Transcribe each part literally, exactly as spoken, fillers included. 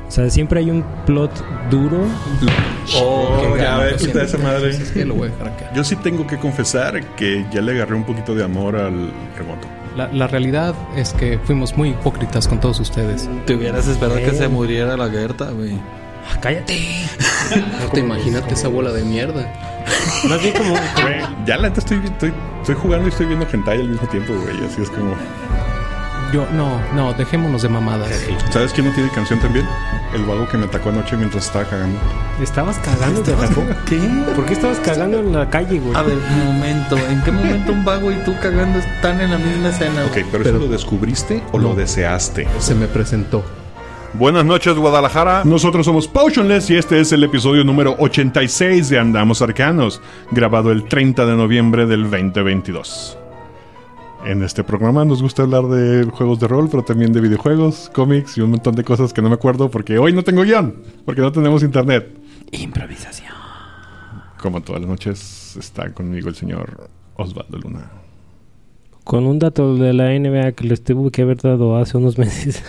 O sea, siempre hay un plot duro. Oh, ya ves, quita esa madre. Es que lo voy a dejar acá. Yo sí tengo que confesar que ya le agarré un poquito de amor al remoto. La, la realidad es que fuimos muy hipócritas con todos ustedes. Te hubieras esperado Eh. que se muriera la Gerta, güey. Ah, cállate. No te imagínate esa bola de mierda. Más bien como... Güey, ya la neta estoy, estoy, estoy jugando y estoy viendo hentai al mismo tiempo, güey. Así es como... Yo, no, no, dejémonos de mamadas. ¿Sabes quién no tiene canción también? El vago que me atacó anoche mientras estaba cagando. ¿Estabas cagando? ¿Te atacó? ¿Qué? ¿Por qué estabas cagando en la calle, güey? A ver, un momento. ¿En qué momento un vago y tú cagando están en la misma escena? Ok, pero, Pero- ¿eso lo descubriste o No. lo deseaste? Se me presentó. Buenas noches, Guadalajara. Nosotros somos Potionless y este es el episodio número ochenta y seis de Andamos Arcanos, grabado el treinta de noviembre del veinte veintidós. En este programa nos gusta hablar de juegos de rol, pero también de videojuegos, cómics y un montón de cosas que no me acuerdo porque hoy no tengo guión, porque no tenemos internet. Improvisación. Como todas las noches está conmigo el señor Osvaldo Luna. Con un dato de la N B A que les tuve que haber dado hace unos meses.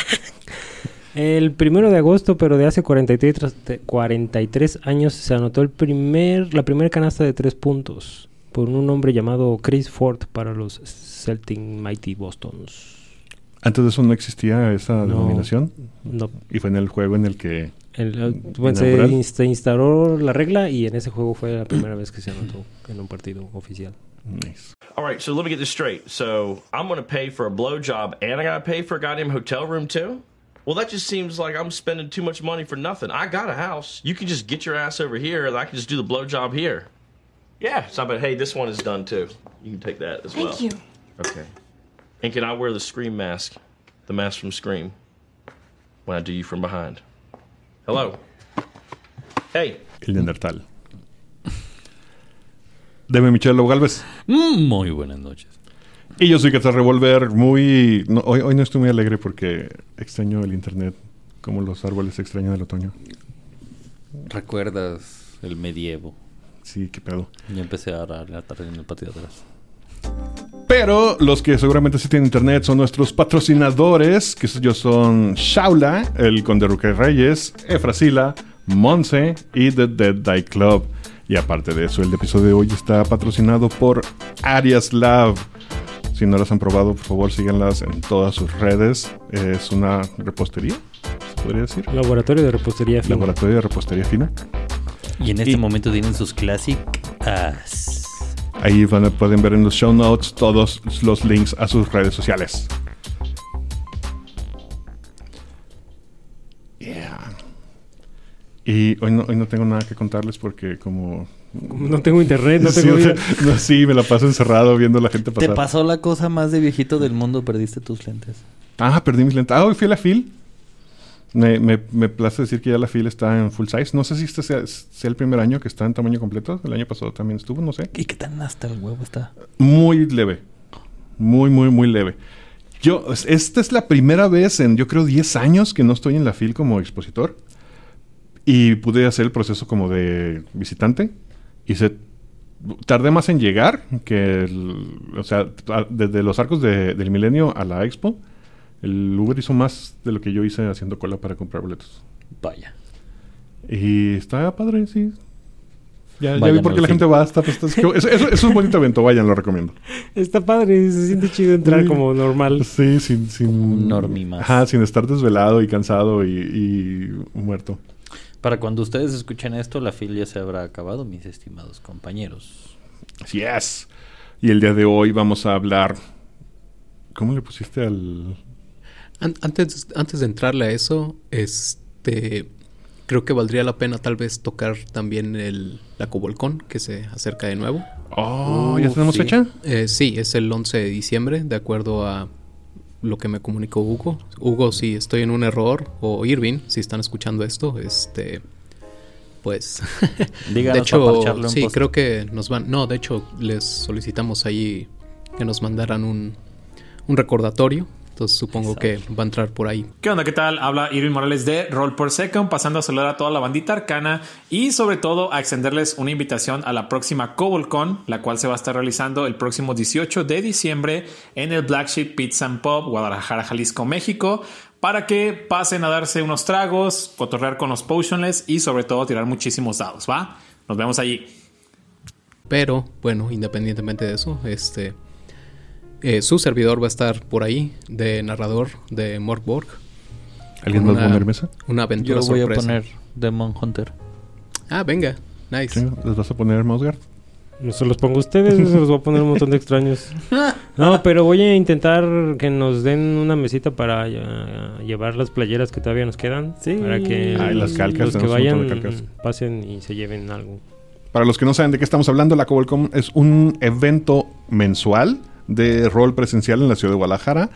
El primero de agosto, pero de hace cuarenta y tres, cuarenta y tres años, se anotó el primer, la primera canasta de tres puntos por un hombre llamado Chris Ford para los Celtic Mighty Bostons. Antes de eso no existía esa No. denominación No, y fue en el juego en el que... el- bueno, se, Inaugural. in- se instauró la regla y en ese juego fue la primera vez que se anotó en un partido oficial. Nice. All right, so let me get this straight. So I'm going to pay for a blowjob and I got to pay for a goddamn hotel room too? Well, that just seems like I'm spending too much money for nothing. I got a house. You can just get your ass over here and I can just do the blowjob here. Yeah, so I bet, hey, this one is done too. You can take that as well. Thank you. Okay. And can I wear the Scream mask? The mask from Scream. When I do you from behind. Hello. Hey. El Neandertal. Deme Michelo Galvez. Mm, muy buenas noches. Y yo soy Cata Revolver, muy... No, hoy, hoy no estoy muy alegre porque extraño el internet, como los árboles extrañan el otoño. ¿Recuerdas el medievo? Sí, qué pedo. Yo empecé a relatar en el patio de atrás. Pero los que seguramente sí tienen internet son nuestros patrocinadores, que ellos son Shaula, el Conde Ruque Reyes, Efrasila, Monse y The Dead Die Club. Y aparte de eso, el episodio de hoy está patrocinado por Arias Lab. Si no las han probado, por favor síganlas en todas sus redes. Es una repostería, ¿se podría decir? Laboratorio de repostería fina. Laboratorio de repostería fina. Y en este Y- momento tienen sus classic as. Ahí van a, pueden ver en los show notes todos los links a sus redes sociales. Yeah. Y hoy no, hoy no tengo nada que contarles porque como... No tengo internet, no sí, tengo o sea, vida. no, sí, me la paso encerrado viendo a la gente Te pasar. pasó la cosa más de viejito del mundo, perdiste tus lentes. Ah, perdí mis lentes. Ah, hoy fui a la fil. Me, me, me place decir que ya la fil está en full size. No sé si este sea, sea el primer año que está en tamaño completo. El año pasado también estuvo, no sé. ¿Y qué tan hasta el huevo está? Muy leve. Muy, muy, muy leve. Yo, esta es la primera vez en, yo creo, diez años que no estoy en la fil como expositor. Y pude hacer el proceso como de visitante. Y se... Tardé más en llegar que... El, o sea, a- desde los arcos de- del Milenio a la Expo, el Uber hizo más de lo que yo hice haciendo cola para comprar boletos. Vaya. Y está padre, sí. Ya, ya Vayan vi por qué al la fin. gente va hasta... Pues, es, es, es, es un bonito evento, vayan, lo recomiendo. Está padre, se siente chido entrar Sí. como normal. Sí, sin... sin un normie más. Ajá, sin estar desvelado y cansado y, y muerto. Para cuando ustedes escuchen esto, la fil ya se habrá acabado, mis estimados compañeros. Así es. Y el día de hoy vamos a hablar... ¿Cómo le pusiste al...? An- antes, antes de entrarle a eso, este... Creo que valdría la pena tal vez tocar también el, la Cobolcon, que se acerca de nuevo. Oh, ¿ya Uh, tenemos sí. fecha? Eh, sí, es el once de diciembre, de acuerdo a lo que me comunicó Hugo. Hugo, si estoy en un error, o Irving, si están escuchando esto, este... Pues... Díganos de hecho, para parcharle un sí, post. creo que nos van... No, de hecho, les solicitamos ahí que nos mandaran un, un recordatorio. Entonces supongo que va a entrar por ahí. ¿Qué onda? ¿Qué tal? Habla Irving Morales de Roll Per Second, pasando a saludar a toda la bandita arcana y sobre todo a extenderles una invitación a la próxima CobolCon, la cual se va a estar realizando el próximo dieciocho de diciembre en el Black Sheep Pizza and Pub, Guadalajara, Jalisco, México. para que pasen a darse unos tragos, cotorrear con los Potionless y sobre todo tirar muchísimos dados, ¿va? Nos vemos allí. Pero, bueno, independientemente de eso, este eh, su servidor va a estar por ahí de narrador de Morkborg. ¿Alguien más va a poner mesa? Una aventura Yo voy sorpresa. a poner Demon Hunter. Ah, venga. Nice. Sí, ¿les vas a poner Mosgard? No se los pongo a ustedes, se los voy a poner un montón de extraños. No, pero voy a intentar que nos den una mesita para uh, llevar las playeras que todavía nos quedan. Sí. Para que Ay, las calcas, los que tenemos un montón vayan de calcas. pasen y se lleven algo. Para los que no saben de qué estamos hablando, la CobolCon es un evento mensual de rol presencial en la ciudad de Guadalajara.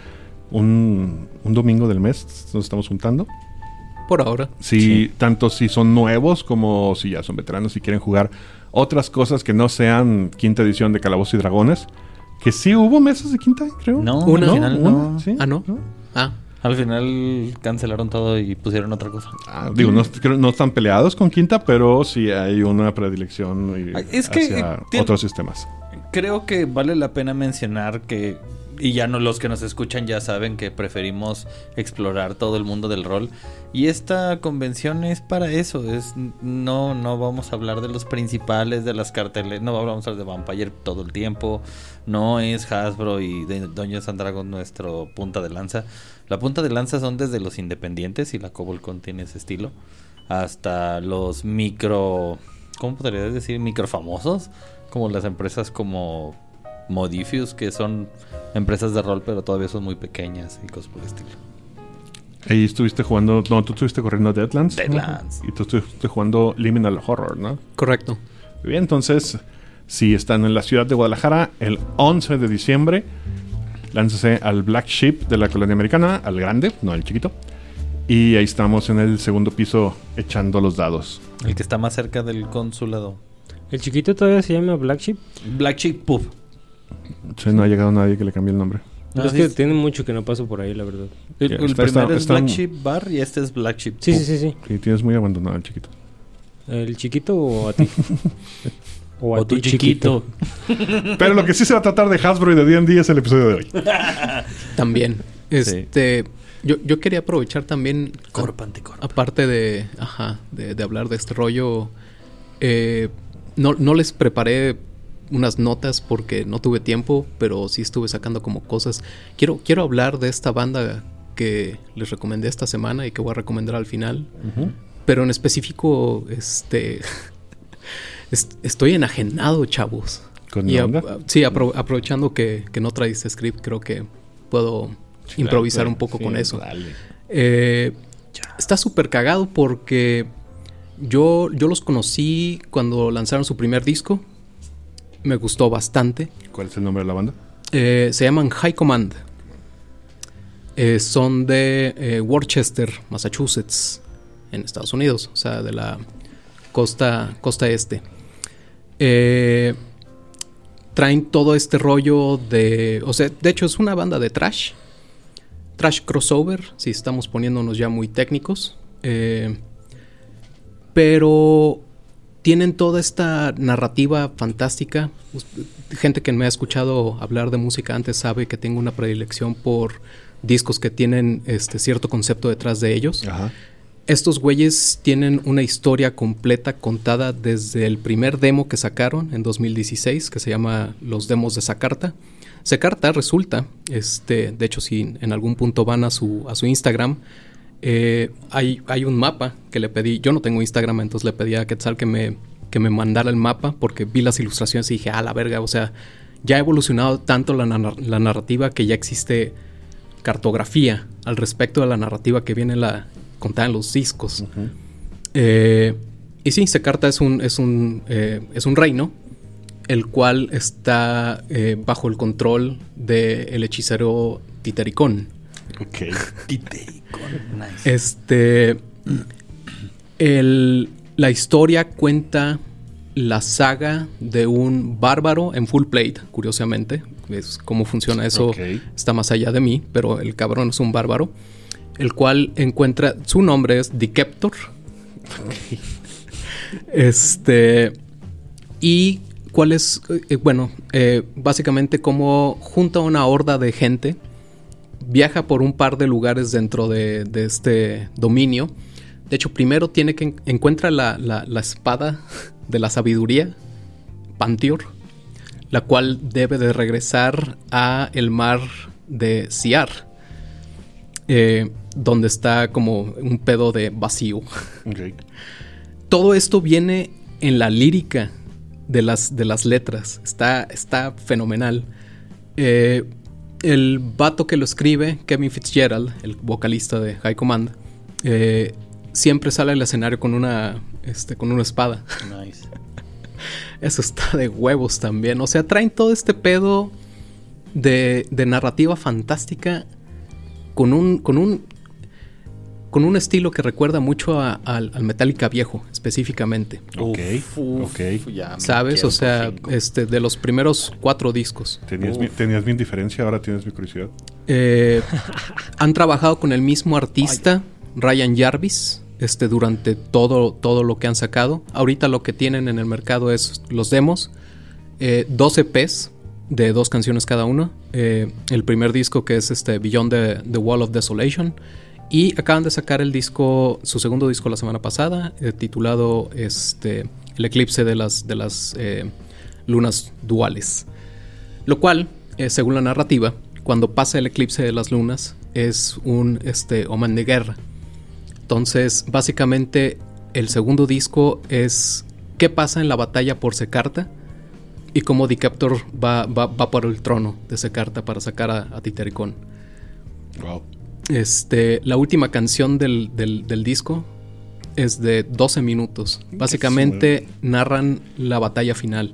Un, un domingo del mes nos estamos juntando. Por ahora. Si, sí. Tanto si son nuevos como si ya son veteranos y quieren jugar otras cosas que no sean quinta edición de Calabozos y Dragones. Que sí hubo mesas de quinta, creo. No, Una. al final no. Una, ¿sí? Ah, ¿no? Ah. Al final cancelaron todo y pusieron otra cosa. Ah, digo, no, creo- no están peleados con quinta, pero sí hay una predilección y- Ay, es que, hacia eh, tien- otros sistemas. Creo que vale la pena mencionar que, y ya no los que nos escuchan ya saben que preferimos explorar todo el mundo del rol. Y esta convención es para eso. Es no, no vamos a hablar de los principales, de las carteles, no vamos a hablar de Vampire todo el tiempo. No es Hasbro y de Dungeons and Dragons nuestro punta de lanza. La punta de lanza son desde los independientes, y la CobolCon tiene ese estilo, hasta los micro, ¿cómo podrías decir? Micro famosos, como las empresas como Modifius, que son empresas de rol pero todavía son muy pequeñas y cosas por el estilo. Ahí estuviste jugando, no, tú estuviste corriendo Deadlands. Deadlands. ¿no? Y tú estuviste jugando Liminal Horror, ¿no? Correcto. Muy bien, entonces, si están en la ciudad de Guadalajara, el once de diciembre, lánzase al Black Sheep de la colonia americana, al grande, no al chiquito. Y ahí estamos en el segundo piso echando los dados. El que está más cerca del consulado. ¿El chiquito todavía se llama Black Sheep? Black Sheep Pub. Sí, no ha llegado nadie que le cambie el nombre. No, es sí que es- tiene mucho que no paso por ahí, la verdad. El, Ya, el está- primero está- es está- Black Sheep Bar y este es Black Sheep Sí, Pub. sí, sí, sí. Sí, tienes muy abandonado el chiquito. ¿El chiquito o a ti? O a O tu ti, chiquito. Pero lo que sí se va a tratar de Hasbro y de D and D es el episodio de hoy. También. Este, yo, yo quería aprovechar también, Corp anticorp. aparte de, ajá, de, de hablar de este rollo, eh, no, no les preparé unas notas porque no tuve tiempo, pero sí estuve sacando como cosas. Quiero, quiero hablar de esta banda que les recomendé esta semana y que voy a recomendar al final. Pero en específico, este, est- estoy enajenado, chavos. ¿Con Y la a- onda? a- sí, apro- aprovechando que, que no traíste script, creo que puedo improvisar un poco Sí, con eso. dale. Eh, está súper cagado porque yo, yo los conocí cuando lanzaron su primer disco. Me gustó bastante. ¿Cuál es el nombre de la banda? Eh, se llaman High Command. Eh, son de eh, Worcester, Massachusetts, en Estados Unidos, o sea, de la costa, costa este. Eh, traen todo este rollo de... O sea, de hecho es una banda de thrash. Thrash crossover, si estamos poniéndonos ya muy técnicos. Eh, pero tienen toda esta narrativa fantástica. Gente que me ha escuchado hablar de música antes sabe que tengo una predilección por discos que tienen este cierto concepto detrás de ellos. Ajá. Estos güeyes tienen una historia completa contada desde el primer demo que sacaron en dos mil dieciséis, que se llama Los Demos de Sakarta. Sakarta resulta, este, de hecho si en algún punto van a su, a su Instagram, eh, hay, hay un mapa que le pedí, yo no tengo Instagram, entonces le pedí a Quetzal que me, que me mandara el mapa, porque vi las ilustraciones y dije, ah, la verga, o sea, ya ha evolucionado tanto la, nar- la narrativa que ya existe cartografía al respecto de la narrativa que viene la contada en los discos. Uh-huh. Eh, y sí, Sakarta es un, es un, eh, es un reino el cual está eh, bajo el control del hechicero Titericón. Ok. Nice. Este, el, la historia cuenta la saga de un bárbaro en full plate, curiosamente. Es cómo funciona eso, Ok. está más allá de mí, pero el cabrón es un bárbaro, el cual encuentra, su nombre es Dikeptor. Este, y cuál es, eh, bueno, eh, básicamente cómo junta una horda de gente viaja por un par de lugares dentro de, de este dominio. De hecho, primero tiene que en- encuentra la, la, la espada de la sabiduría, Pantior, la cual debe de regresar a el mar de Ciar, eh, donde está como un pedo de vacío. Ok. Todo esto viene en la lírica de las, de las letras. Está, está fenomenal. Eh, el vato que lo escribe, Kevin Fitzgerald, el vocalista de High Command, eh, siempre sale al escenario con una, este, con una espada. Nice. Eso está de huevos también. O sea, traen todo este pedo de, de narrativa fantástica con un, con un, con un estilo que recuerda mucho a- al, al Metallica viejo, específicamente. Ok, Uf, uf, ok. ya me ¿Sabes? quiero O sea, por cinco. este, de los primeros cuatro discos. Tenías, Uf. mi, tenías mi indiferencia, ahora tienes mi curiosidad. Eh, han trabajado con el mismo artista, Ryan Jarvis, este, durante todo, todo lo que han sacado. Ahorita lo que tienen en el mercado es los demos, eh, dos E Pes de dos canciones cada uno. Eh, el primer disco, que es este Beyond the, the Wall of Desolation. Y acaban de sacar el disco, su segundo disco la semana pasada, eh, titulado este, El eclipse de las, de las eh, lunas duales. Lo cual, eh, según la narrativa, cuando pasa el eclipse de las lunas, es un este, omen de guerra. Entonces, básicamente, el segundo disco es qué pasa en la batalla por Secarta y cómo Decaptor va, va, va por el trono de Secarta para sacar a, a Titericón. Wow. Este, la última canción del, del, del disco es de doce minutos. Básicamente narran la batalla final.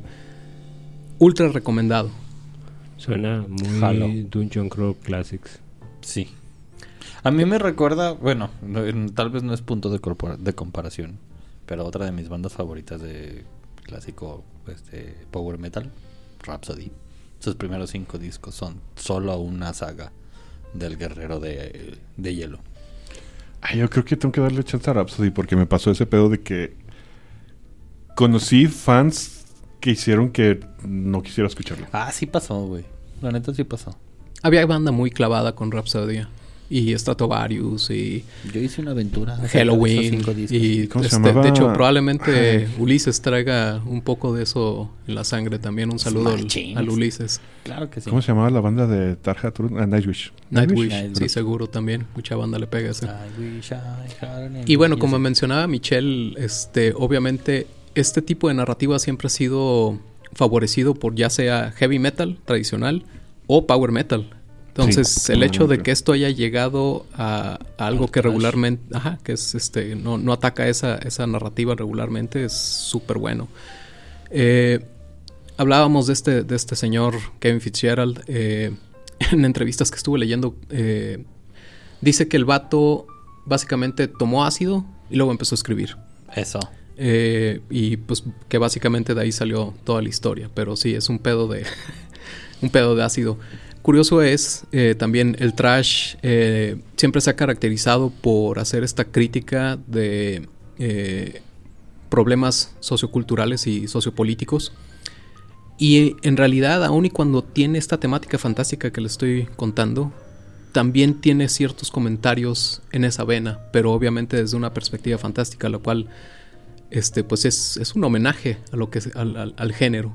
Ultra recomendado. Suena muy Jalo. Dungeon Crawl Classics. Sí. A mí me recuerda, bueno, no- en- tal vez no es punto de, corpora- de comparación, pero otra de mis bandas favoritas de clásico este, power metal, Rhapsody. Sus primeros cinco discos son solo una saga del guerrero de, de hielo. Ay, yo creo que tengo que darle chance a Rhapsody porque me pasó ese pedo de que conocí fans que hicieron que no quisiera escucharlo. Ah, sí pasó, güey. La neta sí pasó. Había banda muy clavada con Rhapsody. Y Stratovarius y Yo hice una aventura. acerca de esos Halloween. cinco discos. Y ¿Cómo se este, llamaba? de hecho, probablemente Ay. Ulises traiga un poco de eso en la sangre también. Un saludo al, Machines. al Ulises. Claro que sí. ¿Cómo se llamaba la banda de Tarja Turun? Ah, Nightwish. Nightwish, Nightwish. sí, seguro también. Mucha banda le pega ese. I wish I had an Y bueno, angel. como ese. mencionaba Michelle, este, obviamente este tipo de narrativa siempre ha sido favorecido por ya sea heavy metal tradicional o power metal. Entonces, Sí, el hecho de totalmente. que esto haya llegado a, a algo Al que thrash. regularmente, ajá, que es este, no, no ataca esa, esa narrativa regularmente, es súper bueno. Eh, hablábamos de este, de este señor Kevin Fitzgerald eh, en entrevistas que estuve leyendo. Eh, dice que el vato básicamente tomó ácido y luego empezó a escribir. Eso. Eh, y pues que básicamente de ahí salió toda la historia. Pero sí, es un pedo de un pedo de ácido. Curioso es eh, también el thrash eh, siempre se ha caracterizado por hacer esta crítica de eh, problemas socioculturales y sociopolíticos. Y en realidad, aun y cuando tiene esta temática fantástica que le estoy contando, también tiene ciertos comentarios en esa vena, pero obviamente desde una perspectiva fantástica, lo cual este, pues es, es un homenaje a lo que es, al, al, al género.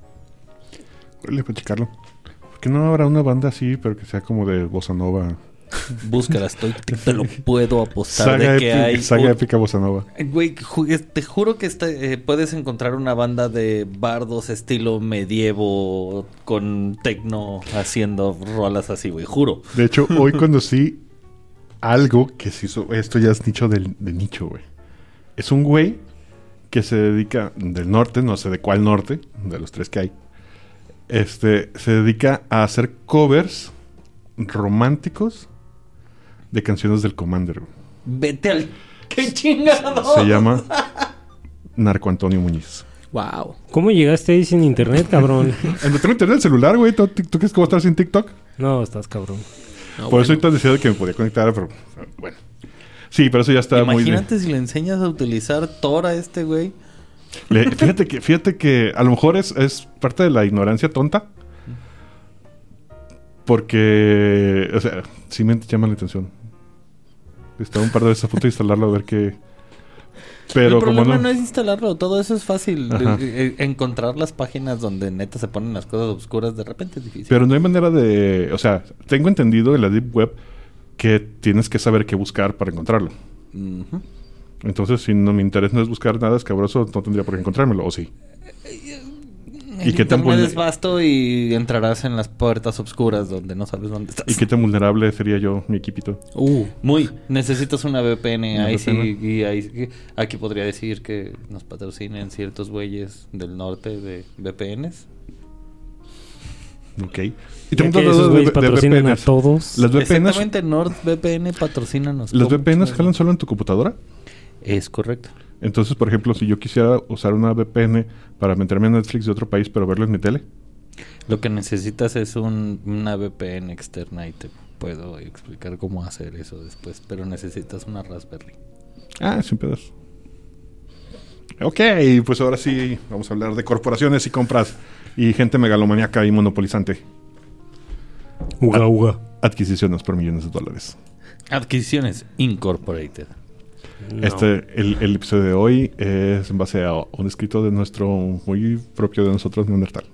Huele para checarlo. ¿Por qué no habrá una banda así, pero que sea como de bossa nova? Búscala, estoy, te, te lo puedo apostar Saga, de que épica, hay. saga un- épica bossa nova. Eh, Güey, ju- te juro que está, eh, puedes encontrar una banda de bardos estilo medievo con tecno haciendo rolas así, güey, juro. De hecho, hoy conocí algo que se hizo. Esto ya es nicho del, de nicho, güey. Es un güey que se dedica del norte, no sé de cuál norte, de los tres que hay. Este se dedica a hacer covers románticos de canciones del Commander, güey. Vete al. ¡Qué chingado! Se llama Narco Antonio Muñiz. Wow. ¿Cómo llegaste ahí sin internet, cabrón? No tengo internet en el celular, güey. ¿Tú, tú crees que voy a estar sin TikTok? No, estás cabrón. No, Por eso bueno. ahorita decía que me podía conectar, pero bueno. Sí, pero eso ya está muy... Imagínate si le enseñas a utilizar Tor a este güey. Le- fíjate que fíjate que a lo mejor es, es parte de la ignorancia tonta. Porque, o sea, sí me llama la atención. Estaba un par de veces a punto de instalarlo a ver qué... Pero el problema como no... no es instalarlo, todo eso es fácil. Ajá. Eh, eh, encontrar las páginas donde neta se ponen las cosas oscuras de repente es difícil. Pero no hay manera de... O sea, tengo entendido en la Deep Web que tienes que saber qué buscar para encontrarlo. Uh-huh. Entonces, si no mi interés no es buscar nada escabroso, no tendría por qué encontrármelo, ¿o sí? El ¿Y qué tan internet vulne- es vasto y entrarás en las puertas oscuras donde no sabes dónde estás. ¿Y qué tan vulnerable sería yo, mi equipito? Uh, Muy. Necesitas una V P N. Una Ahí V P N. sí. Y ahí sí- aquí podría decir que nos patrocinen ciertos güeyes del norte de V P Ns. Ok. Y Ya tengo que dudas esos de, güeyes de patrocinan a V P Ns. todos. Las V P Ns, Exactamente, NordVPN patrocínanos. ¿las ¿Cómo V P Ns chingados? jalan solo en tu computadora? Es correcto. Entonces, por ejemplo, si yo quisiera usar una V P N para meterme en Netflix de otro país, pero verlo en mi tele. Lo que necesitas es un, una V P N externa y te puedo explicar cómo hacer eso después. Pero necesitas una Raspberry. Ah, sin pedos. Ok, pues ahora sí vamos a hablar de corporaciones y compras y gente megalomaníaca y monopolizante. Uga, uga. Adquisiciones por millones de dólares. Adquisiciones Incorporated. No. Este, el, el episodio de hoy es en base a un escrito de nuestro, muy propio de nosotros, Neandertal.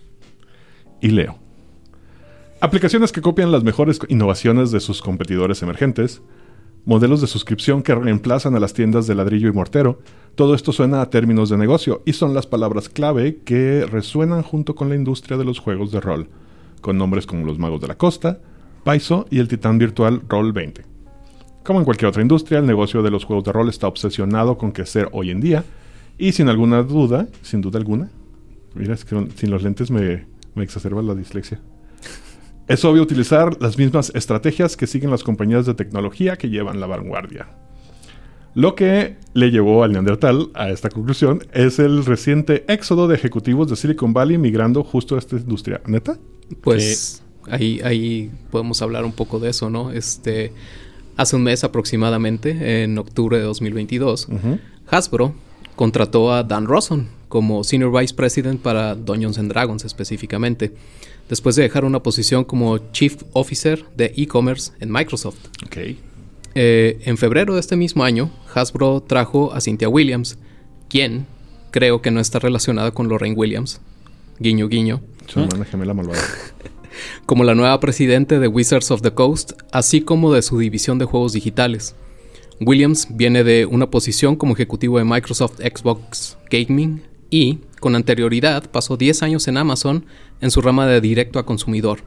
Y leo. Aplicaciones que copian las mejores innovaciones de sus competidores emergentes. Modelos de suscripción que reemplazan a las tiendas de ladrillo y mortero. Todo esto suena a términos de negocio y son las palabras clave que resuenan junto con la industria de los juegos de rol, con nombres como los Magos de la Costa, Paizo y el titán virtual Roll veinte. Como en cualquier otra industria, el negocio de los juegos de rol está obsesionado con crecer hoy en día y sin alguna duda, sin duda alguna, mira, es que sin los lentes me, me exacerba la dislexia. Es obvio utilizar las mismas estrategias que siguen las compañías de tecnología que llevan la vanguardia. Lo que le llevó al Neandertal a esta conclusión es el reciente éxodo de ejecutivos de Silicon Valley migrando justo a esta industria. ¿Neta? Pues ahí, ahí podemos hablar un poco de eso, ¿no? Este, hace un mes aproximadamente, en octubre de dos mil veintidós, Uh-huh. Hasbro contrató a Dan Rawson como Senior Vice President para Dungeons and Dragons específicamente, después de dejar una posición como Chief Officer de E-Commerce en Microsoft. Ok. Eh, en febrero de este mismo año, Hasbro trajo a Cynthia Williams, quien creo que no está relacionada con Lorraine Williams, guiño guiño, Su hermana gemela malvada. como la nueva presidente de Wizards of the Coast, así como de su división de juegos digitales. Williams viene de una posición como ejecutivo de Microsoft Xbox Gaming y, con anterioridad, pasó diez años en Amazon en su rama de directo a consumidor.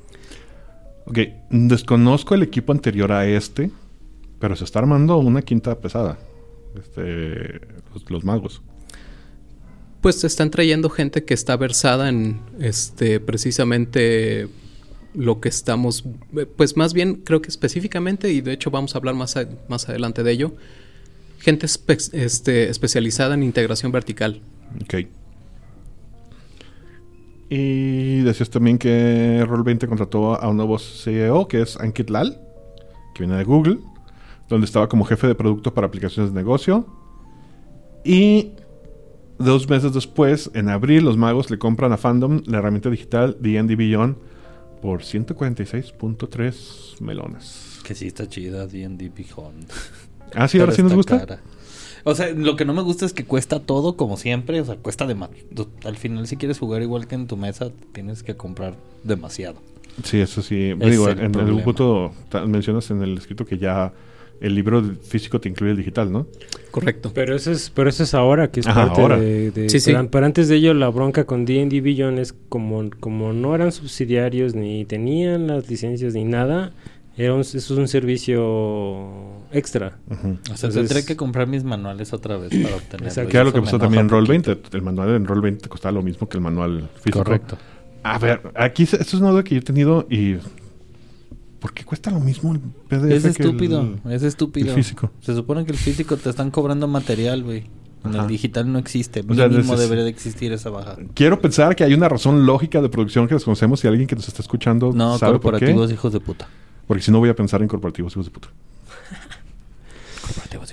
Ok, desconozco el equipo anterior a este, pero se está armando una quinta pesada. Este, los, los magos. Pues se están trayendo gente que está versada en este precisamente lo que estamos, pues más bien creo que específicamente, y de hecho vamos a hablar más, a, más adelante de ello, gente espe este, especializada en integración vertical. Ok. Y decías también que Roll veinte contrató a un nuevo C E O, que es Ankit Lal, que viene de Google, donde estaba como jefe de producto para aplicaciones de negocio. Y dos meses después, en abril, los magos le compran a Fandom la herramienta digital D and D Beyond por ciento cuarenta y seis punto tres melones. Que sí está chida, D and D Beyond. Ah, sí, ahora sí nos gusta. Cara. O sea, lo que no me gusta es que cuesta todo como siempre. O sea, cuesta de más. Al final, si quieres jugar igual que en tu mesa, tienes que comprar demasiado. Sí, eso sí. Es Digo, el en problema. algún punto ta- mencionas en el escrito que ya el libro físico te incluye el digital, ¿no? Correcto. Pero eso es, pero eso es ahora, que es Ajá, parte ahora. de... de- Sí, sí. pero, pero antes de ello, la bronca con D and D Beyond es como, como no eran subsidiarios, ni tenían las licencias, ni nada. Era un, eso es un servicio extra. Ujú. O sea, Entonces- tendré que comprar mis manuales otra vez para obtenerlo. Exacto. Que era lo Eso que me pasó enoja también en un Roll poquito. veinte. El manual en Roll veinte costaba lo mismo que el manual físico. Correcto. A ver, aquí se- esto es una duda que yo he tenido y... ¿Por qué cuesta lo mismo el P D F Es que el- estúpido, es estúpido. el físico? Se supone que el físico te están cobrando material, güey. En Ajá. el digital no existe. O sea, Mínimo neces- debería de existir esa baja. Quiero pensar que hay una razón lógica de producción que desconocemos y alguien que nos está escuchando No, sabe por qué. corporativos hijos de puta. Porque si no voy a pensar en corporativos hijos de puta. Corporativos hijos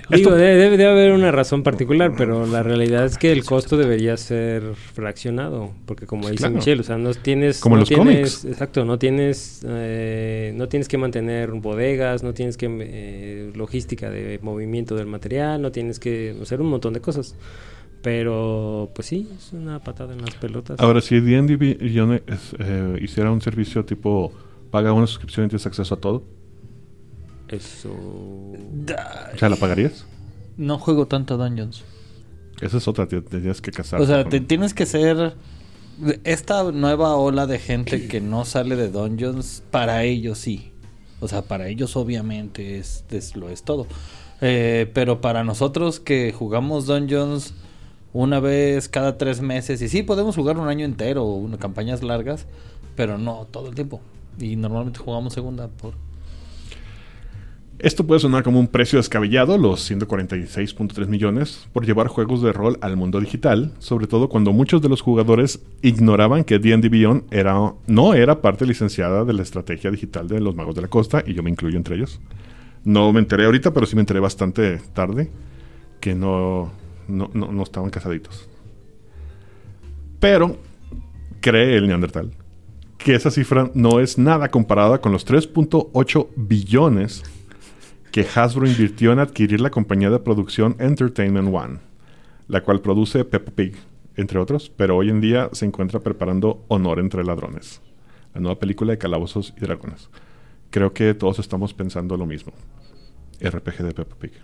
Digo, debe, debe de haber una razón particular, pero la realidad es que el costo debería ser fraccionado, porque como dice Claro. Michelle, o sea, no tienes... Como no los tienes, cómics. Exacto, no tienes, eh, no tienes que mantener bodegas, no tienes que... Eh, logística de movimiento del material, no tienes que hacer un montón de cosas. Pero, pues sí, es una patada en las pelotas. Ahora, si D and D Beyond es, eh, hiciera un servicio tipo paga una suscripción y tienes acceso a todo, Eso... o sea, ¿la pagarías? No juego tanto Dungeons. Esa es otra, te, te tienes que casar. O sea, te tienes que ser... Esta nueva ola de gente que no sale de Dungeons, para ellos sí. O sea, para ellos obviamente es, es lo es todo. Eh, pero para nosotros que jugamos Dungeons una vez cada tres meses, y sí, podemos jugar un año entero o una, campañas largas, pero no todo el tiempo. Y normalmente jugamos segunda por... Esto puede sonar como un precio descabellado, los ciento cuarenta y seis punto tres millones, por llevar juegos de rol al mundo digital, sobre todo cuando muchos de los jugadores ignoraban que D and D Beyond era, no era parte licenciada de la estrategia digital de los Magos de la Costa, y yo me incluyo entre ellos. No me enteré ahorita, pero sí me enteré bastante tarde que no, no, no, no estaban casaditos. Pero cree el Neandertal que esa cifra no es nada comparada con los tres punto ocho billones que Hasbro invirtió en adquirir la compañía de producción Entertainment One, la cual produce Peppa Pig, entre otros, pero hoy en día se encuentra preparando Honor entre Ladrones, la nueva película de Calabozos y Dragones. Creo que todos estamos pensando lo mismo. R P G de Peppa Pig.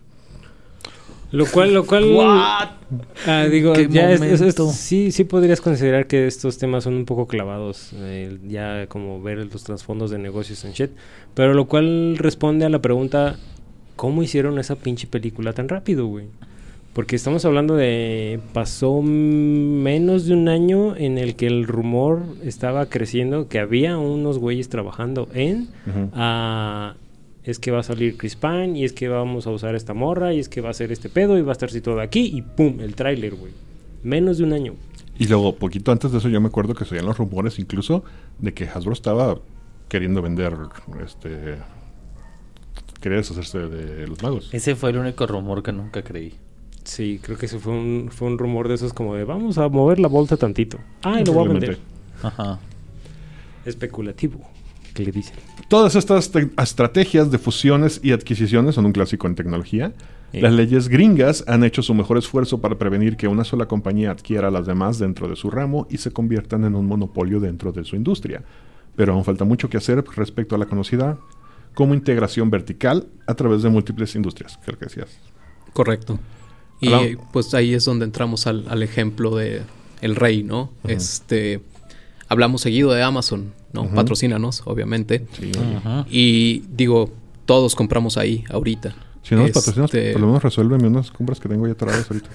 Lo cual, lo cual... Ah, digo, ¡Qué ya es, es- es- momento! sí, sí podrías considerar que estos temas son un poco clavados, eh, ya como ver los trasfondos de negocios en shit, pero lo cual responde a la pregunta, ¿cómo hicieron esa pinche película tan rápido, güey? Porque estamos hablando de... Pasó menos de un año en el que el rumor estaba creciendo, que había unos güeyes trabajando en... Ujú. ah, es que va a salir Chris Pine, y es que vamos a usar esta morra, y es que va a ser este pedo, y va a estar situado aquí, y pum, el tráiler, güey. Menos de un año. Y luego, poquito antes de eso, yo me acuerdo que se oían los rumores incluso de que Hasbro estaba queriendo vender, este... quería deshacerse de los magos. Ese fue el único rumor que nunca creí. Sí, creo que eso fue un, fue un rumor de esos como de, vamos a mover la bolsa tantito. Ah, y lo voy a vender. Ajá. Especulativo, que le dicen. Todas estas te- estrategias de fusiones y adquisiciones son un clásico en tecnología. Sí. Las leyes gringas han hecho su mejor esfuerzo para prevenir que una sola compañía adquiera a las demás dentro de su ramo y se conviertan en un monopolio dentro de su industria. Pero aún falta mucho que hacer respecto a la conocida como integración vertical a través de múltiples industrias, creo que decías. Correcto. Y Hola. eh, pues ahí es donde entramos al, al ejemplo de el rey, ¿no? Ujú. Este, hablamos seguido de Amazon, ¿no? Ujú. Patrocínanos, obviamente. Sí, Ajá. Y digo, todos compramos ahí ahorita. Si no nos Este, patrocinas, por lo menos resuélveme unas compras que tengo ya atoradas ahorita.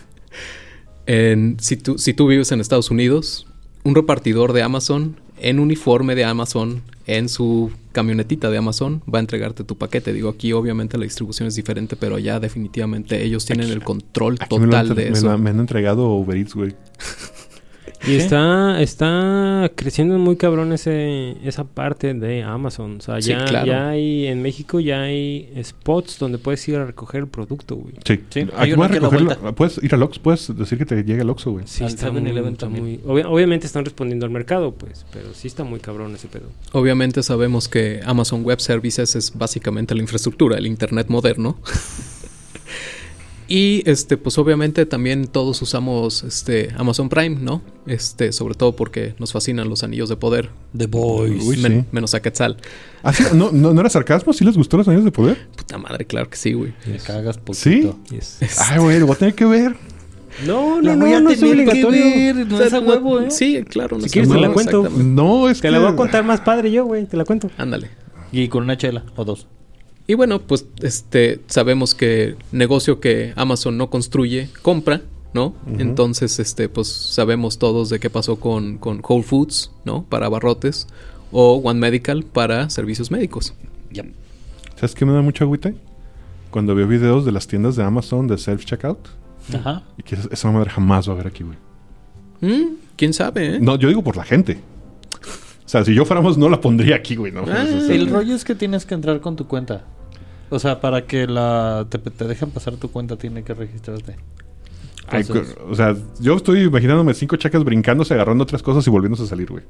en- si, tú, si tú vives en Estados Unidos, un repartidor de Amazon en uniforme de Amazon, en su camionetita de Amazon, va a entregarte tu paquete. Digo, aquí obviamente la distribución es diferente, pero allá definitivamente ellos tienen Aquí- el control Aquí me, lo han, total de me, eso. lo- me han entregado Uber Eats, güey. Y está, está creciendo muy cabrón ese, esa parte de Amazon. O sea, Sí, ya, claro. ya hay, en México ya hay spots donde puedes ir a recoger el producto, güey. Sí. Sí, Aquí hay uno puedes aquí a la recogerlo. vuelta. Puedes ir al Oxxo, puedes decir que te llegue al Oxxo, güey. Sí, Al está seven muy, eleven está también. muy- obvia- obviamente están respondiendo al mercado, pues, pero sí está muy cabrón ese pedo. Obviamente sabemos que Amazon Web Services es básicamente la infraestructura, el Internet moderno. Y este, pues obviamente también todos usamos este Amazon Prime, ¿no? Este, sobre todo porque nos fascinan los anillos de poder. The Boys. Uy, Men- sí. Menos a Quetzal. Ah, sí, ¿No, no, ¿No era sarcasmo? ¿Sí les gustó los años de poder? Puta madre, claro que sí, güey. Me cagas poquito. ¿Sí? Ay, güey, lo voy a tener que ver. No, La no, voy no, a no es tener que obligatorio. ver, no es a huevo, ¿eh? Sí, claro. no Si es a quieres te la huevo, cuento. exactamente. No, es Te que... la voy a contar más padre yo, güey, te la cuento. Ándale. Y con una chela o dos. Y bueno, pues este sabemos que negocio que Amazon no construye, compra, ¿no? Ujú. Entonces, este, pues sabemos todos de qué pasó con, con Whole Foods, ¿no? Para abarrotes. O One Medical para servicios médicos. ¿Sabes qué me da mucha agüita? Cuando veo videos de las tiendas de Amazon de self-checkout. Ajá. Y que esa- esa madre jamás va a haber aquí, güey. Mm, ¿Quién sabe, eh? No, yo digo por la gente. O sea, si yo fuéramos, no la pondría aquí, güey. ¿no? Ah, O sea, El rollo es que tienes que entrar con tu cuenta. O sea, para que la te, te dejen pasar tu cuenta tiene que registrarte. Ay, Entonces- o sea, yo estoy imaginándome cinco chacas brincándose, agarrando otras cosas y volviéndose a salir, güey.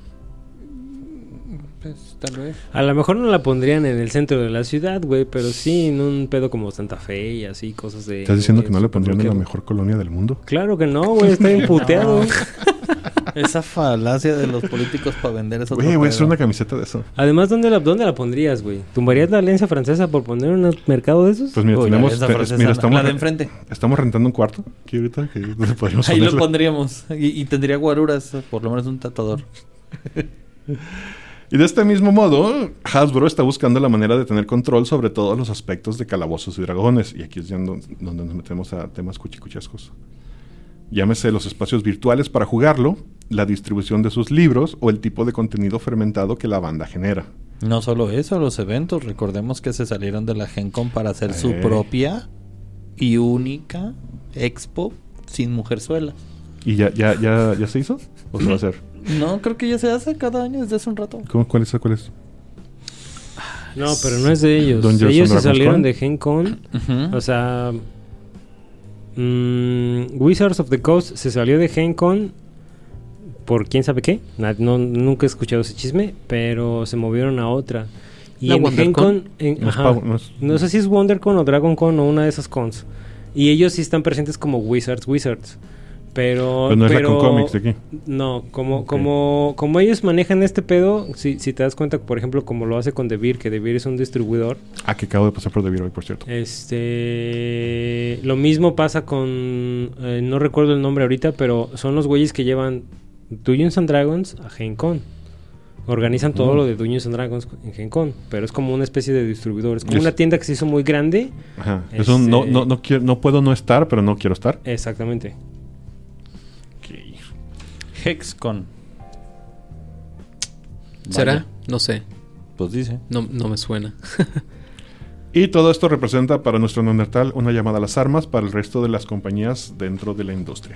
Pues tal vez. A lo mejor no la pondrían en el centro de la ciudad, güey, pero sí en un pedo como Santa Fe y así, cosas de... ¿Estás diciendo que no le super pondrían en la bloqueo. mejor colonia del mundo? Claro que no, güey, está bien puteado. Esa falacia de los políticos para vender eso. Güey, voy a hacer una camiseta de eso. Además, ¿dónde la, dónde la pondrías, güey? ¿Tumbarías la alianza francesa por poner un mercado de esos? Pues mira, Uy, la tenemos... alianza te- francesa, mira, estamos, la de re- enfrente. estamos rentando un cuarto aquí ahorita que donde podríamos Ahí lo ponerla. pondríamos. Y, y tendría guaruras, por lo menos un tatuador. Y de este mismo modo, Hasbro está buscando la manera de tener control sobre todos los aspectos de calabozos y dragones. Y aquí es ya donde, donde nos metemos a temas cuchicuchescos. Llámese los espacios virtuales para jugarlo, la distribución de sus libros o el tipo de contenido fermentado que la banda genera. No solo eso, los eventos. Recordemos que se salieron de la Gen Con para hacer su Eh. propia y única expo sin mujerzuela. ¿Y ya, ya, ya, ya se hizo? ¿O se va a hacer? No, creo que ya se hace cada año desde hace un rato. ¿Cómo, ¿Cuál es? ¿Cuál es? No, pero no es de ellos. Dungeons Ellos and se Dragons salieron Con. de Gen Con. Ujú. O sea... mm, Wizards of the Coast se salió de Gen Con por quién sabe qué. Na- No, nunca he escuchado ese chisme, pero se movieron a otra. Y ¿La en Gen WonderCon? Con... en- No es ajá. Power- no es- No sé si es WonderCon o DragonCon o una de esas cons. Y ellos sí están presentes como Wizards, Wizards. Pero... Pero no es la pero- con cómics de aquí. No, como, Ok. como, como ellos manejan este pedo, si, si te das cuenta, por ejemplo, como lo hace con DeVir, que DeVir es un distribuidor. Ah, que acabo de pasar por DeVir hoy, por cierto. Este... Lo mismo pasa con... eh, no recuerdo el nombre ahorita, pero son los güeyes que llevan Dungeons and Dragons a Gen Con. Organizan todo Mm. lo de Dungeons and Dragons en Gen Con, pero es como una especie de distribuidor. Es como Es- una tienda que se hizo muy grande. Ajá. Eso no, Este- no, no, quiero, no puedo no estar, pero no quiero estar. Exactamente. Hexcon. ¿Será? Vaya, No sé. Pues dice. No, no me suena. Y todo esto representa para nuestro Neandertal una llamada a las armas para el resto de las compañías dentro de la industria.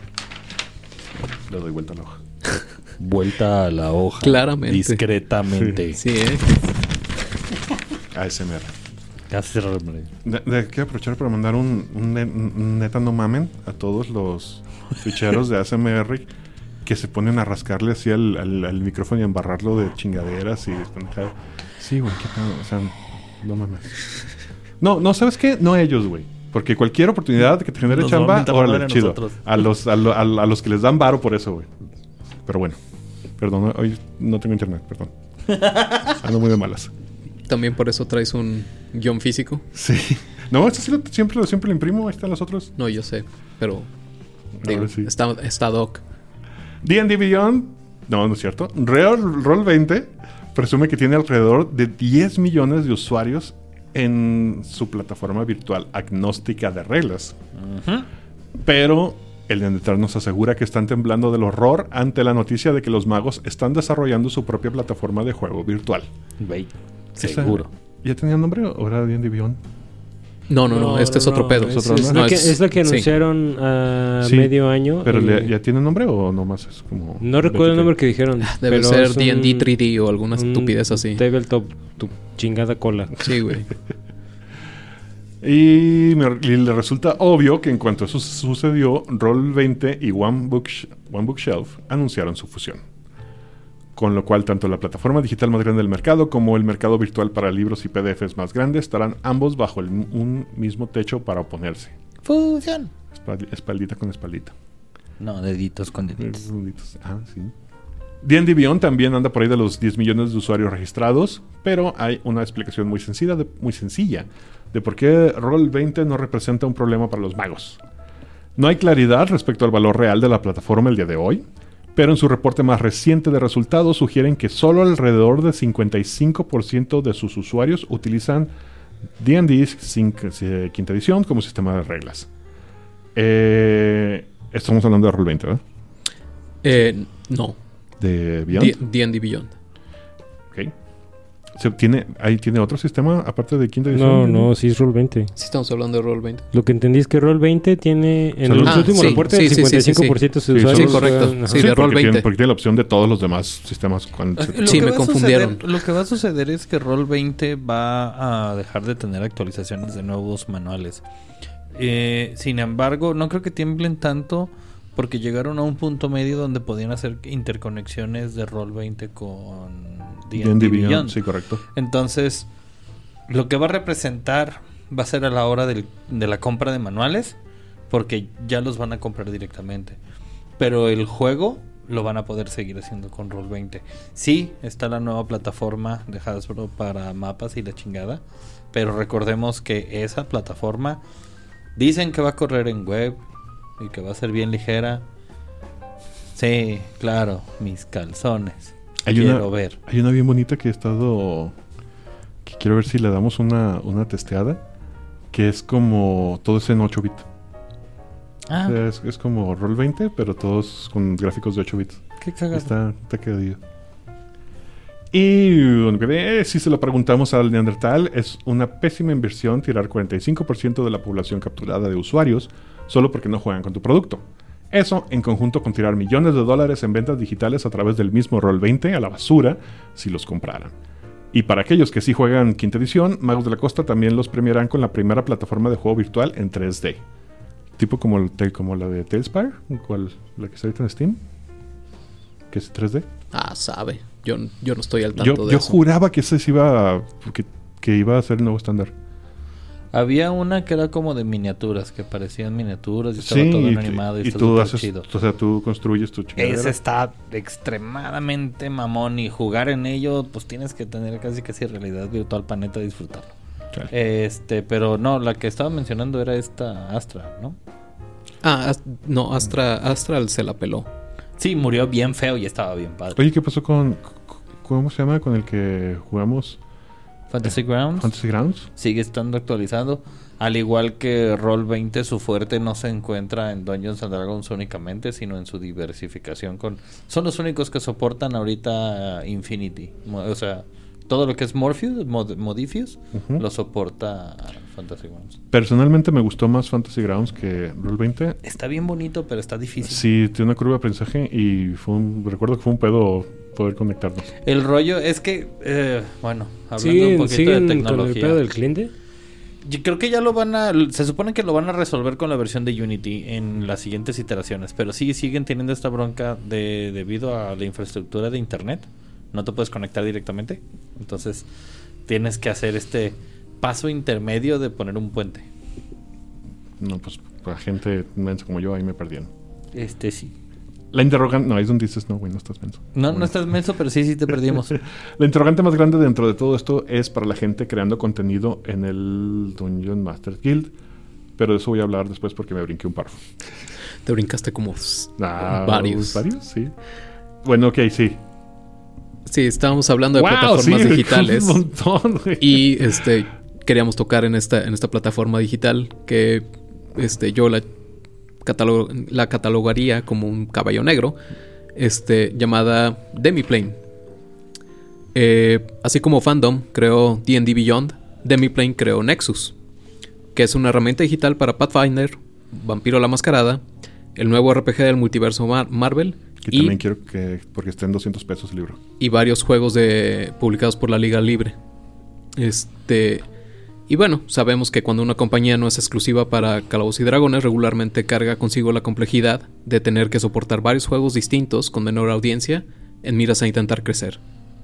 Le doy vuelta a la hoja. Vuelta a la hoja. Claramente. Discretamente. Sí, ¿eh? A S M R. Casi hombre. De, de- quiero aprovechar para mandar un, un ne- un neta no mamen a todos los ficheros de A S M R que se ponen a rascarle así al, al- al micrófono y a embarrarlo de chingaderas y pendejadas. Sí, güey, qué pedo. O sea, no mames. No, no, ¿sabes qué? No a ellos, güey. Porque cualquier oportunidad que te genere Nos van a chamba, mentar la órale, madre a chido. nosotros. A los, a, lo- a lo- a los que les dan varo por eso, güey. Pero bueno. Perdón, hoy no tengo internet, perdón. Ando muy de malas. También por eso traes un guión físico. Sí. No, esto sí lo, siempre, siempre lo imprimo. Ahí están los otros. No, yo sé. Pero digo, Ahora sí. Está, está Doc. D and D Beyond, no, no es cierto. Real Roll veinte presume que tiene alrededor de diez millones de usuarios en su plataforma virtual agnóstica de reglas. Pero el Neandertal nos asegura que están temblando del horror ante la noticia de que los magos están desarrollando su propia plataforma de juego virtual. Ve. ¿Esa- Seguro. ¿Ya tenía nombre o era D and D Beyond? No, no, no, este es otro pedo. Es, otro, es ¿no? la que, es- es la que sí. anunciaron a Sí, medio año. ¿Pero y- le- ya tiene nombre o nomás es como...? No recuerdo el nombre que dijeron. Debe pero ser es D and D un- tres D o alguna un estupidez así. Tabletop, tu chingada cola. Sí, güey. Y, me- y le resulta obvio que en cuanto eso sucedió, Roll veinte y One, Booksh- One Bookshelf anunciaron su fusión. Con lo cual, tanto la plataforma digital más grande del mercado como el mercado virtual para libros y P D Fs más grande estarán ambos bajo el- un mismo techo para oponerse. Fusión. Espal- espaldita con espaldita. No, deditos con deditos. Ruditos. Ah, sí. D and D Beyond también anda por ahí de los diez millones de usuarios registrados, pero hay una explicación muy sencilla, de, muy sencilla de por qué Roll veinte no representa un problema para los magos. No hay claridad respecto al valor real de la plataforma el día de hoy, pero en su reporte más reciente de resultados sugieren que solo alrededor del cincuenta y cinco por ciento de sus usuarios utilizan D and D cinco- eh, quinta edición como sistema de reglas. Eh, estamos hablando de Roll veinte, ¿verdad? Eh, no. De Beyond. D and D Beyond. Ok. ¿Se tiene, ahí tiene otro sistema aparte de quinta edición? No, no, sí es Roll veinte. Sí estamos hablando de Roll veinte. Lo que entendí es que Roll veinte tiene en Salud. el Ah, último sí, reporte sí, el sí, sí, cincuenta y cinco por ciento sí, de sí. usuarios. Sí, correcto. juegan- Sí, de Roll porque veinte. Tiene, porque tiene la opción de todos los demás sistemas. Cuando se- Lo Sí, que me va a confundieron. suceder- lo que va a suceder es que Roll veinte va a dejar de tener actualizaciones de nuevos manuales. Eh, sin embargo, no creo que tiemblen tanto porque llegaron a un punto medio donde podían hacer interconexiones de Roll veinte con D and D Beyond. Sí, correcto. Entonces, lo que va a representar va a ser a la hora del- de la compra de manuales, porque ya los van a comprar directamente. Pero el juego lo van a poder seguir haciendo con Roll veinte. Sí, está la nueva plataforma de Hasbro para mapas y la chingada, pero recordemos que esa plataforma dicen que va a correr en web y que va a ser bien ligera. Sí, claro, mis calzones. Hay Quiero una, ver. hay una bien bonita que he estado... que quiero ver si le damos una, una testeada. Que es como... todo es en ocho bits. Ah, O sea, es, es como Roll veinte, pero todos con gráficos de ocho bits. qué cagado. Está, está quedadillo. Y bueno, eh, si se lo preguntamos al Neandertal, es una pésima inversión tirar cuarenta y cinco por ciento de la población capturada de usuarios solo porque no juegan con tu producto. Eso, en conjunto con tirar millones de dólares en ventas digitales a través del mismo Roll veinte a la basura si los compraran. Y para aquellos que sí juegan quinta edición, Magos de la Costa también los premiarán con la primera plataforma de juego virtual en tres D. Tipo como, el, como la de Talespire, ¿cuál? La que está ahorita en Steam. Que es tres D. Ah, sabe. Yo, yo no estoy al tanto Yo, de yo eso. juraba que ese sí iba a, que, que iba a ser el nuevo estándar. Había una que era como de miniaturas, que parecían miniaturas y estaba Sí, todo y, animado y, y está tú súper haces, chido. o sea, tú construyes tu chingadera. Ese está extremadamente mamón y jugar en ello, pues tienes que tener casi casi realidad virtual para neta disfrutarlo. Chale. Este, pero no, la que estaba mencionando era esta Astra, ¿no? Ah, Ast- no, Astra, Astral se la peló. Sí, murió bien feo y estaba bien padre. Oye, ¿qué pasó con, cómo se llama, con el que jugamos Fantasy Grounds Fantasy Grounds? sigue estando actualizado. Al igual que Roll veinte, su fuerte no se encuentra en Dungeons and Dragons únicamente, sino en su diversificación con... Son los únicos que soportan ahorita uh, Infinity. Mo- O sea, todo lo que es Morpheus, Mod- Modifius, Ujú. lo soporta Fantasy Grounds. Personalmente me gustó más Fantasy Grounds que Roll veinte. Está bien bonito, pero está difícil. Sí, tiene una curva de aprendizaje y fue un, recuerdo que fue un pedo poder conectarnos. El rollo es que, eh, bueno, hablando un ¿Siguen, poquito de siguen con el tecnología. pedo del cliente? Yo creo que ya lo van a... Se supone que lo van a resolver con la versión de Unity en las siguientes iteraciones. Pero sí, siguen teniendo esta bronca de debido a la infraestructura de internet. No te puedes conectar directamente. Entonces, tienes que hacer este paso intermedio de poner un puente. No, pues para gente mensa como yo, ahí me perdieron. Este sí. La interrogante... No, ahí es donde dices, no, güey, no estás menso. No, Bueno. no estás menso, pero sí, sí te perdimos. La interrogante más grande dentro de todo esto es para la gente creando contenido en el Dungeon Masters Guild. Pero de eso voy a hablar después porque me brinqué un párrafo. Te brincaste como s- Ah, varios. ¿Varios? Sí. Bueno, ok, sí. Sí, estábamos hablando de Wow, plataformas sí, digitales. un montón, güey. Y este queríamos tocar en esta, en esta plataforma digital que este, yo la, catalo- la catalogaría como un caballo negro, este, llamada Demiplane. Eh, así como Fandom creó D and D Beyond, Demiplane creó Nexus, que es una herramienta digital para Pathfinder, Vampiro la Mascarada, el nuevo R P G del multiverso Mar- Marvel Que y, también quiero que... Porque está en doscientos pesos el libro. y varios juegos de, publicados por la Liga Libre. Este... Y bueno, sabemos que cuando una compañía no es exclusiva para Calabozos y Dragones, regularmente carga consigo la complejidad de tener que soportar varios juegos distintos con menor audiencia en miras a intentar crecer.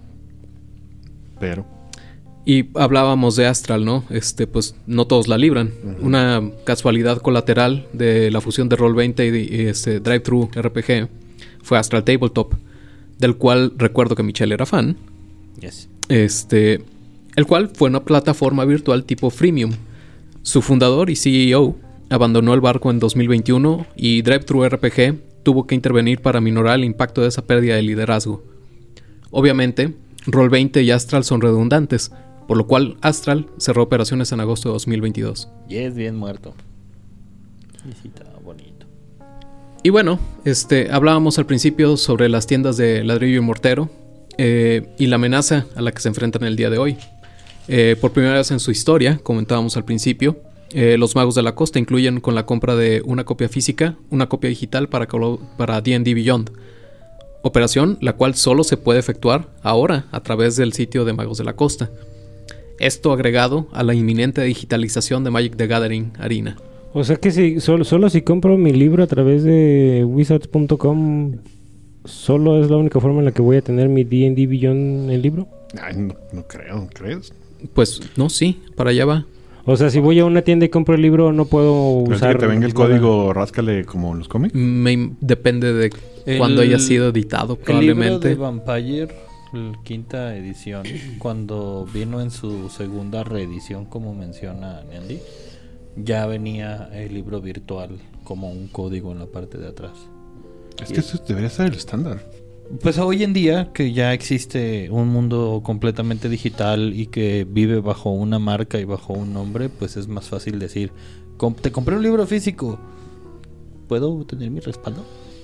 Pero... Y hablábamos de Astral, ¿no? Este, pues no todos la libran. Uh-huh. Una casualidad colateral de la fusión de Roll veinte y, y este Drive-Thru R P G fue Astral Tabletop, del cual recuerdo que Michelle era fan. Yes. Este... el cual fue una plataforma virtual tipo freemium. Su fundador y C E O abandonó el barco en dos mil veintiuno y Drive-Thru R P G tuvo que intervenir para minorar el impacto de esa pérdida de liderazgo. Obviamente, Roll veinte y Astral son redundantes, por lo cual Astral cerró operaciones en agosto de dos mil veintidós. Yes, bien muerto. Sí, sí, está bonito. Y bueno, este, hablábamos al principio sobre las tiendas de ladrillo y mortero. eh, y la amenaza a la que se enfrentan el día de hoy. Eh, por primera vez en su historia, comentábamos al principio, eh, los Magos de la Costa incluyen con la compra de una copia física, una copia digital para, para D and D Beyond. Operación la cual solo se puede efectuar ahora a través del sitio de Magos de la Costa. Esto agregado a la inminente digitalización de Magic the Gathering Arena. O sea que si solo, solo si compro mi libro a través de wizards punto com, ¿solo es la única forma en la que voy a tener mi D and D Beyond el libro? Ay, no, no creo, ¿crees? Pues no, sí, para allá va. O sea, si voy a una tienda y compro el libro, no puedo Pero usar... que te venga el nada. código, ráscale como en los cómics. Me, depende de El- cuándo haya sido editado, El libro probablemente. de Vampire, la quinta edición, cuando vino en su segunda reedición, como menciona Andy, ya venía el libro virtual como un código en la parte de atrás. Es que eso debería ser el estándar. Pues hoy en día que ya existe un mundo completamente digital y que vive bajo una marca y bajo un nombre, pues es más fácil decir, "Com- te compré un libro físico, ¿puedo tener mi respaldo?"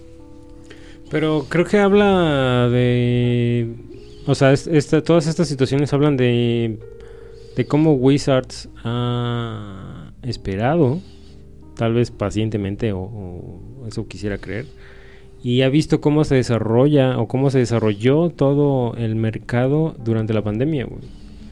Pero creo que habla de... O sea, es- esta, todas estas situaciones hablan de... De cómo Wizards ha esperado, tal vez pacientemente, o, o eso quisiera creer, y ha visto cómo se desarrolla o cómo se desarrolló todo el mercado durante la pandemia, güey.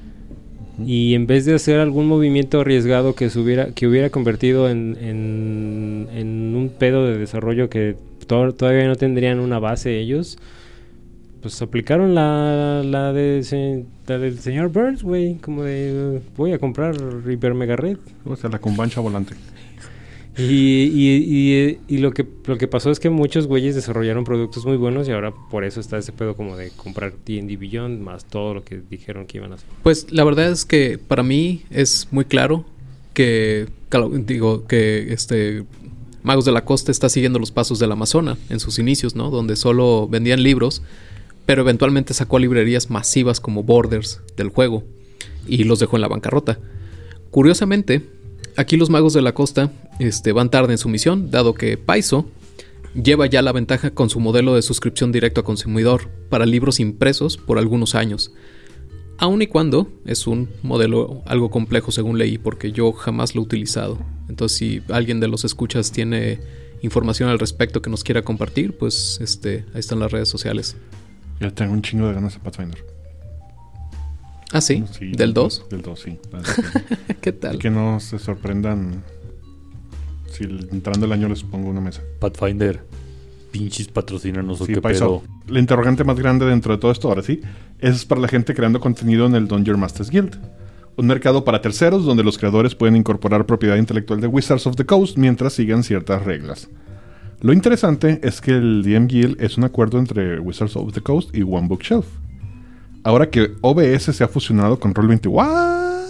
Y en vez de hacer algún movimiento arriesgado que se hubiera, que hubiera convertido en, en, en un pedo de desarrollo que to- todavía no tendrían una base ellos, pues aplicaron la, la, de, se- la del señor Burns, güey, como de uh, voy a comprar River Mega Red. O sea, la cumbancha volante. Y, y, y, y lo que lo que pasó es que muchos güeyes desarrollaron productos muy buenos y ahora por eso está ese pedo como de comprar D and D Beyond más todo lo que dijeron que iban a hacer. Pues la verdad es que para mí es muy claro que, cal- digo, que este Magos de la Costa está siguiendo los pasos del Amazona en sus inicios, ¿no? Donde solo vendían libros, pero eventualmente sacó a librerías masivas como Borders del juego y los dejó en la bancarrota. Curiosamente, aquí los Magos de la Costa este, van tarde en su misión, dado que Paizo lleva ya la ventaja con su modelo de suscripción directo a consumidor para libros impresos por algunos años. Aun y cuando es un modelo algo complejo según leí, porque yo jamás lo he utilizado. Entonces, si alguien de los escuchas tiene información al respecto que nos quiera compartir, pues este, ahí están las redes sociales. Yo tengo un chingo de ganas de Pathfinder. Ah, sí, Sí, ¿del dos? Del dos, sí. La verdad que sí. ¿Qué tal? Y que no se sorprendan si el- entrando el año les pongo una mesa. Pathfinder, pinches patrocínanos o Sí, qué Paiso. pedo. La interrogante más grande dentro de todo esto, ahora sí, es para la gente creando contenido en el Dungeon Masters Guild. Un mercado para terceros donde los creadores pueden incorporar propiedad intelectual de Wizards of the Coast mientras sigan ciertas reglas. Lo interesante es que el D M Guild es un acuerdo entre Wizards of the Coast y One Bookshelf. Ahora que O B S se ha fusionado con roll veinte, ¿what?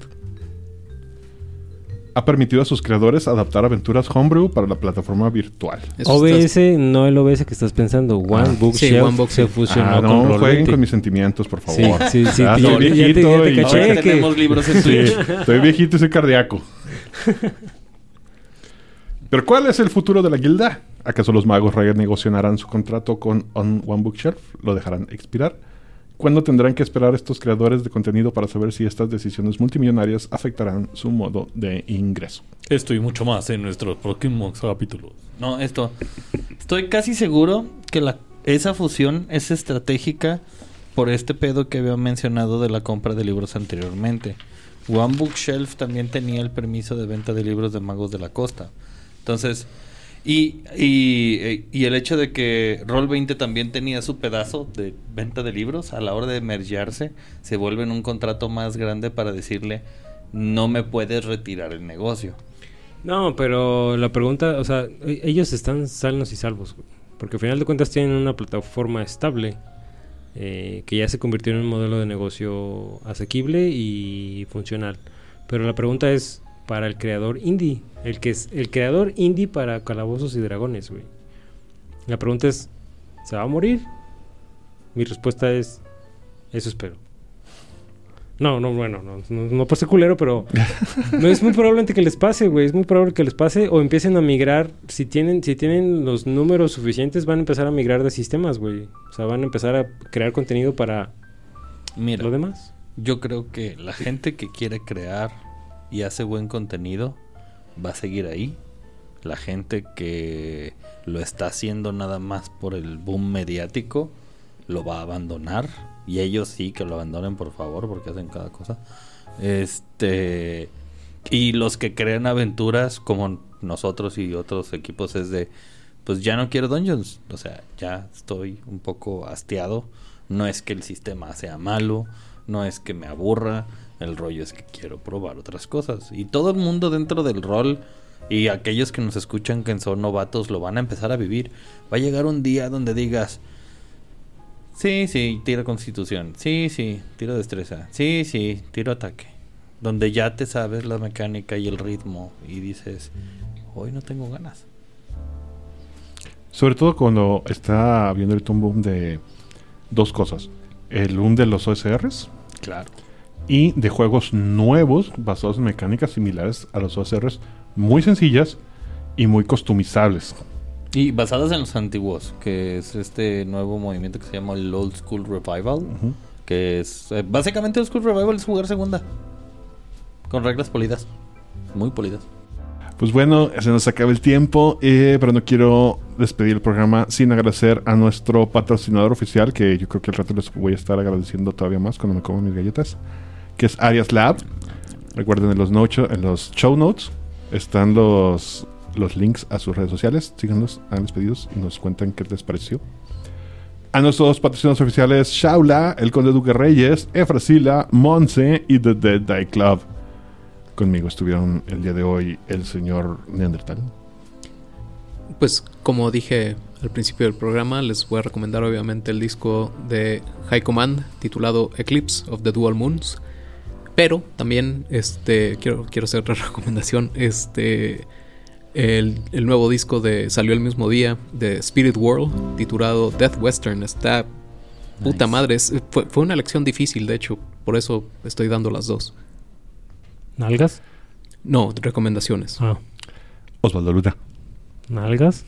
Ha permitido a sus creadores adaptar aventuras homebrew para la plataforma virtual. Eso O B está- S, no el O B S que estás pensando. One Ah, Bookshelf sí, One Bookshelf. se fusionó Ah, con no, Roll jueguen veinte. con mis sentimientos, por Sí, favor. sí, sí. Ya ya- soy ya te- viejito ya te y- caché Ahora que- tenemos libros en Sí, Switch. estoy viejito y soy cardíaco. Pero ¿cuál es el futuro de la guilda? ¿Acaso los magos renegociarán su contrato con On- One Bookshelf? ¿Lo dejarán expirar? ¿Cuándo tendrán que esperar estos creadores de contenido para saber si estas decisiones multimillonarias afectarán su modo de ingreso? Esto y mucho más en nuestros próximos capítulos. No, esto. Estoy casi seguro que la, esa fusión es estratégica por este pedo que había mencionado de la compra de libros anteriormente. One Bookshelf también tenía el permiso de venta de libros de Magos de la Costa. Entonces, y, y, y el hecho de que roll veinte también tenía su pedazo de venta de libros, a la hora de mergearse, se vuelve en un contrato más grande para decirle, no me puedes retirar el negocio. No, pero la pregunta, o sea, e- ellos están sanos y salvos, güey. Porque al final de cuentas tienen una plataforma estable eh, que ya se convirtió en un modelo de negocio asequible y funcional. Pero la pregunta es para el creador indie, el que es el creador indie para Calabozos y Dragones, güey. La pregunta es, ¿se va a morir? Mi respuesta es, eso espero. No, no, bueno, no, no, no por ser culero, pero no es muy probable que les pase, güey. Es muy probable que les pase o empiecen a migrar. Si tienen, si tienen los números suficientes, van a empezar a migrar de sistemas, güey. O sea, van a empezar a crear contenido para Mira, lo demás. Yo creo que la gente que quiere crear y hace buen contenido va a seguir ahí. La gente que lo está haciendo nada más por el boom mediático lo va a abandonar. Y ellos sí que lo abandonen, por favor, porque hacen cada cosa. Este... Y los que crean aventuras, como nosotros y otros equipos, es de... Pues ya no quiero Dungeons. O sea, ya estoy un poco hastiado. No es que el sistema sea malo. No es que me aburra. El rollo es que quiero probar otras cosas. Y todo el mundo dentro del rol... Y aquellos que nos escuchan que son novatos lo van a empezar a vivir. Va a llegar un día donde digas... Sí, sí, tiro constitución. Sí, sí, tiro destreza. Sí, sí, tiro ataque. Donde ya te sabes la mecánica y el ritmo y dices, hoy no tengo ganas. Sobre todo cuando está habiendo ahorita un boom de dos cosas. El boom de los O S Rs. Claro. Y de juegos nuevos basados en mecánicas similares a los O S Rs. Muy sencillas y muy customizables. Y basadas en los antiguos, que es este nuevo movimiento que se llama el Old School Revival, uh-huh. que es... Eh, básicamente Old School Revival es jugar segunda, con reglas polidas, muy polidas. Pues bueno, se nos acaba el tiempo, eh, pero no quiero despedir el programa sin agradecer a nuestro patrocinador oficial, que yo creo que al rato les voy a estar agradeciendo todavía más cuando me como mis galletas, que es Arias Lab. Recuerden en los, nocho, en los show notes están los... los links a sus redes sociales. Síganos, hagan los pedidos y nos cuentan qué les pareció. A nuestros patrocinadores oficiales: Shaula, el Conde Duque Reyes, Efrasila, Monse y The Dead Die Club. Conmigo estuvieron el día de hoy el señor Neandertal. Pues como dije al principio del programa, les voy a recomendar obviamente el disco de High Command titulado Eclipse of the Dual Moons. Pero también este quiero, quiero hacer otra recomendación. Este el, el nuevo disco de salió el mismo día de Spirit World titulado Death Western. Está nice. Puta madre. Es, fue, fue una elección difícil, de hecho. Por eso estoy dando las dos. ¿Nalgas? No, recomendaciones. Ah. Osvaldo Luta. ¿Nalgas?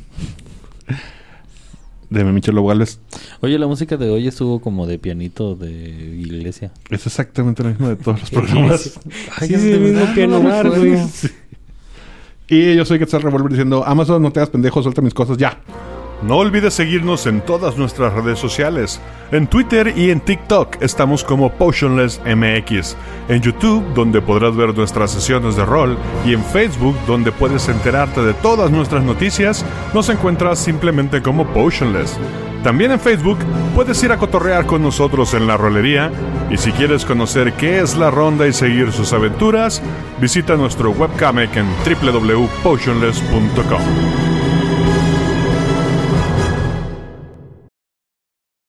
De Michelo Gales. Oye, la música de hoy estuvo como de pianito de iglesia. Es exactamente lo mismo de todos los programas. Ay, sí, es el mismo piano bar, güey. Sí. Y yo soy Quetzal Revolver diciendo: Amazon, no te hagas pendejo, suelta mis cosas ya. No olvides seguirnos en todas nuestras redes sociales. En Twitter y en TikTok estamos como Potionless M X. En YouTube, donde podrás ver nuestras sesiones de rol. Y en Facebook, donde puedes enterarte de todas nuestras noticias, nos encuentras simplemente como Potionless. También en Facebook puedes ir a cotorrear con nosotros en la rolería. Y si quieres conocer qué es la ronda y seguir sus aventuras, visita nuestro webcomic en doble u doble u doble u punto potionless punto com.